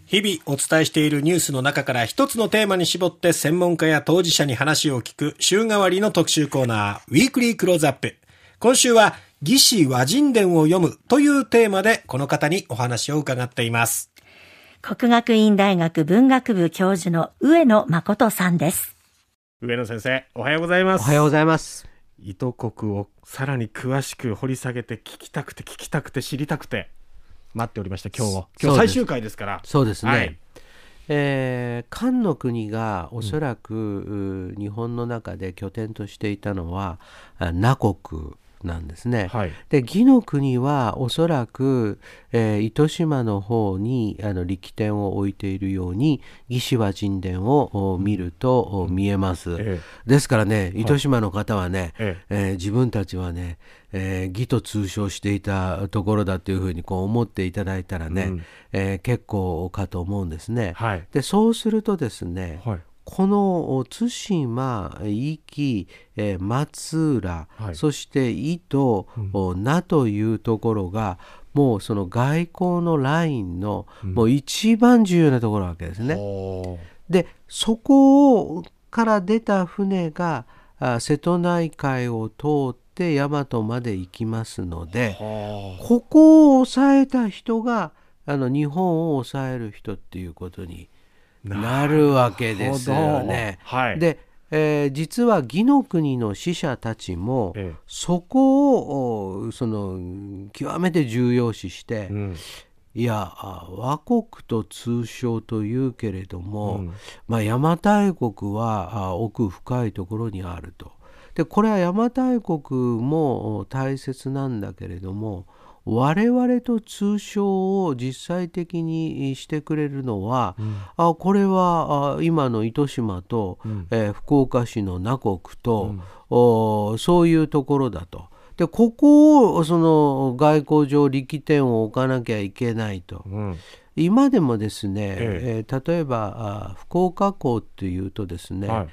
日々お伝えしているニュースの中から一つのテーマに絞って専門家や当事者に話を聞く週替わりの特集コーナー、ウィークリークローズアップ。今週は魏志倭人伝を読むというテーマでこの方にお話を伺っています。 國學院大學文学部教授の上野誠さんです。 上野先生、おはようございます。 おはようございます。 伊都国をさらに詳しく掘り下げて聞きたくて知りたくて待っておりました。今日最終回ですから。 そうですね、 はい。 漢の国がおそらく、日本の中で拠点としていたのは倭国なんですね、 はい、 で魏の国はおそらく、糸島の方に力点を置いているように魏志倭人伝を見ると見えます、ですからね、糸島の方はね、自分たちはね、魏と通称していたところだというふうに思っていただいたらね、結構かと思うんですね、はい、でそうするとですね、はい、この対馬、壱岐、松浦、はい、そして伊東、名というところがもうその外交のラインの、もう一番重要なところなわけですね。でそこから出た船が瀬戸内海を通って大和まで行きますので、ここを抑えた人が日本を抑える人っていうことになるわけですよね。はい、で、実は魏の国の使者たちも、そこを極めて重要視して、いや倭国と通称というけれども、邪馬台国は奥深いところにあると。でこれは邪馬台国も大切なんだけれども、我々と通称を実際的にしてくれるのは、これは今の糸島と、福岡市の名国と、そういうところだと。でここを外交上力点を置かなきゃいけないと、今でもですね、例えば福岡港っていうとですね、はい、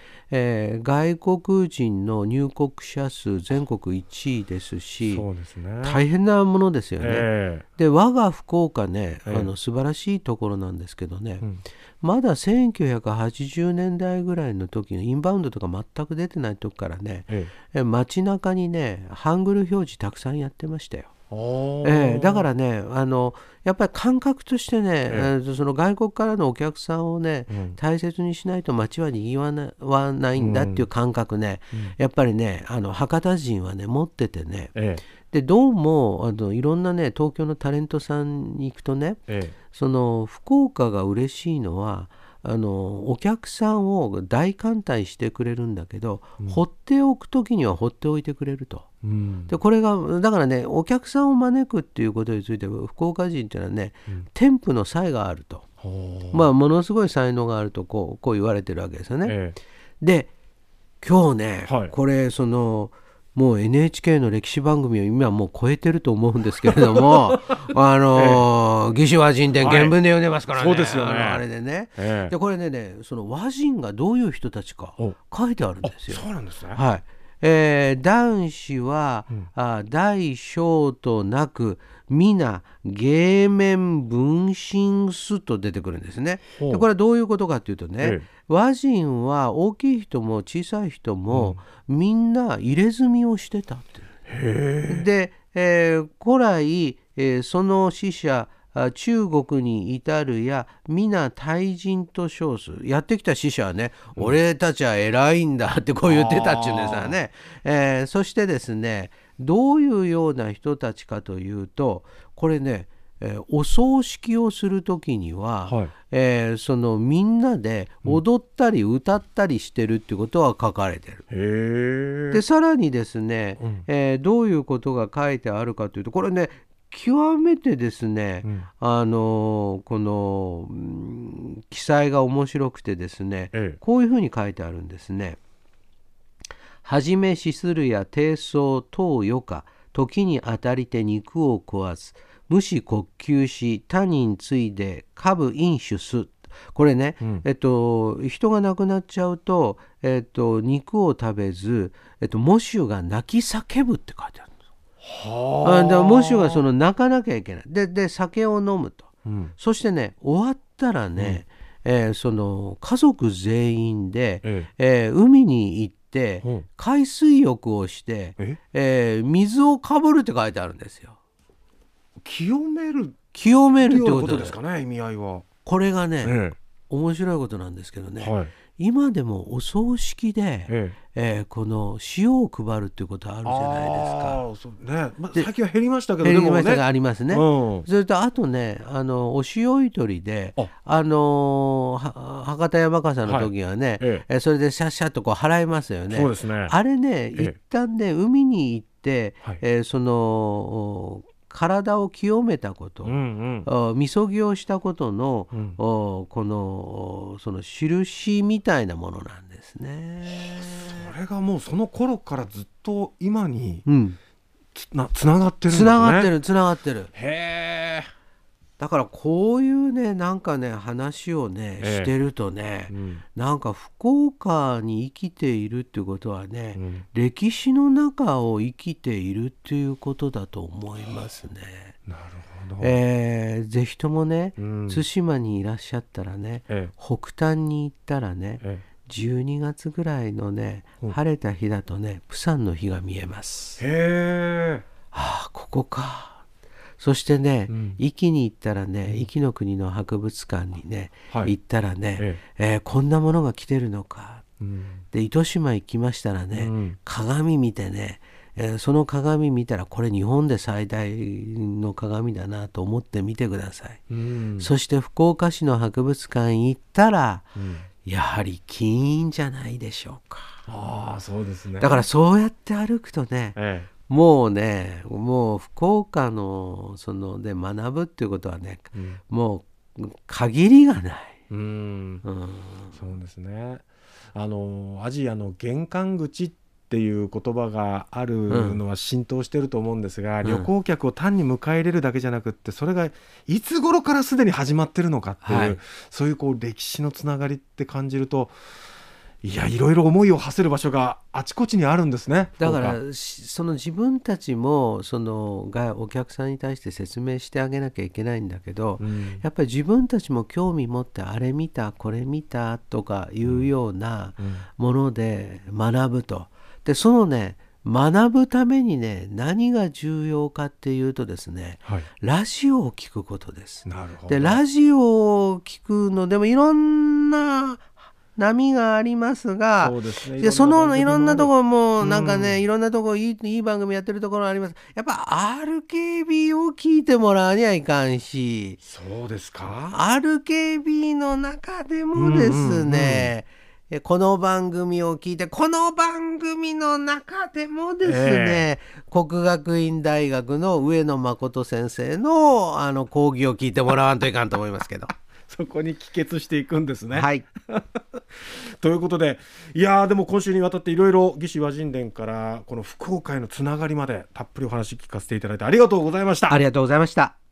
外国人の入国者数全国1位ですし、そうですね、大変なものですよね。で我が福岡ね、素晴らしいところなんですけどね、まだ1980年代ぐらいの時のインバウンドとか全く出てない時からね、街中にねハングル表示たくさんやってましたよ。だからねやっぱり感覚としてね、その外国からのお客さんをね、大切にしないと街はにぎわないんだっていう感覚ね、やっぱりね博多人はね持っててね、でどうもいろんなね東京のタレントさんに行くとね、その福岡が嬉しいのはお客さんを大歓待してくれるんだけど、放っておくときには放っておいてくれると、でこれがだからね、お客さんを招くっていうことについて福岡人っていうのはね、天賦の才があると、ものすごい才能があるとこう言われてるわけですよね。で今日ね、これもう NHK の歴史番組を今もう超えてると思うんですけれども魏志倭人伝原文で読んでますからね、そうですよね、あれでね、でこれねその倭人がどういう人たちか書いてあるんですよ。 そうなんですね。 はい。男子は、大小となく皆芸面分身すと出てくるんですね。でこれはどういうことかというとね、倭人は大きい人も小さい人も、みんな入れ墨をしてたって。で、古来、その使者中国に至るや皆大人と称す。やってきた使者はね、俺たちは偉いんだってこう言ってたっていうんですよね。そしてですね、どういうような人たちかというと、これね、お葬式をするときには、みんなで踊ったり歌ったりしてるっていうことは書かれてる。でさらにですね、どういうことが書いてあるかというと、これね極めてですね、この、記載が面白くてですね、こういうふうに書いてあるんですね。はじめしするや低層等よか、時にあたりて肉を食わず、無視呼吸し他人ついで下飲酒す。これね、人が亡くなっちゃうと、肉を食べず、喪主が泣き叫ぶって書いてある。だから喪主が泣かなきゃいけない。で酒を飲むと、そしてね終わっったらね、その家族全員で、 え海に行ってうん海水浴をして、水をかぶるって書いてあるんですよ。 清める清めるってようなこでこととですすかね、意味合いは。 これがね、 え面白いことなんですけどね、 はい今でもお葬式で、この塩を配るっていうことあるじゃないですか。 そうね、 で最近は減りましたけど、 減でもね、 りましたがありますね。 うんそれとあとね、お塩取りで、 あ博多山笠の時はね、それでシャッシャッとこう払いますよね。 そうですね。 あれね、一旦ね海に行って、 はいその体を清めたこと、みそぎをしたことの、このその印みたいなものなんですね。 それがもうその頃からずっと今にうんつながってるんですね。 つながってるつながってる。 へー。 だからこういうねなんかね話をねしてるとね、なんか福岡に生きているっていうことはね、歴史の中を生きているっていうことだと思いますね。 なるほど。 ぜひともね、対馬にいらっしゃったらね、北端に行ったらね、12月ぐらいのね晴れた日だとねプサンの日が見えます。 へー。 ああここか。そしてね、壱岐に行ったらね、壱岐の国の博物館にね、行ったらね、こんなものが来てるのか。で糸島行きましたらね、鏡見てね、その鏡見たらこれ日本で最大の鏡だなと思って見てください。そして福岡市の博物館行ったら、やはり金印じゃないでしょうか。 ああ、そうですね。 だからそうやって歩くとね、もうね、もう福岡のそので学ぶっていうことはね、もう限りがない。 そうですね。アジアの玄関口っていう言葉があるのは浸透してると思うんですが、旅行客を単に迎え入れるだけじゃなくって、それがいつ頃からすでに始まってるのかっていう、そういうこう歴史のつながりって感じると、いや、いろいろ思いを馳せる場所があちこちにあるんですね。 だからその自分たちもそのお客さんに対して説明してあげなきゃいけないんだけど、やっぱり自分たちも興味持ってあれ見たこれ見たとかいうようなもので学ぶと。でそのね学ぶためにね何が重要かっていうとですね、ラジオを聞くことです。 なるほど。 でラジオを聞くのでもいろんな波がありますが、でそのいろんなところもなんかね、いろんなところいい番組やってるところあります。やっぱ RKB を聞いてもらわにはいかんし。 そうですか。 RKB の中でもですね、この番組を聞いて、この番組の中でもですね、國學院大学の上野誠先生の講義を聞いてもらわんといかんと思いますけどそこに帰結していくんですね。 はいということで、いやでも今週にわたっていろいろ魏志倭人伝からこの福岡へのつながりまでたっぷりお話聞かせていただいてありがとうございました。 ありがとうございました。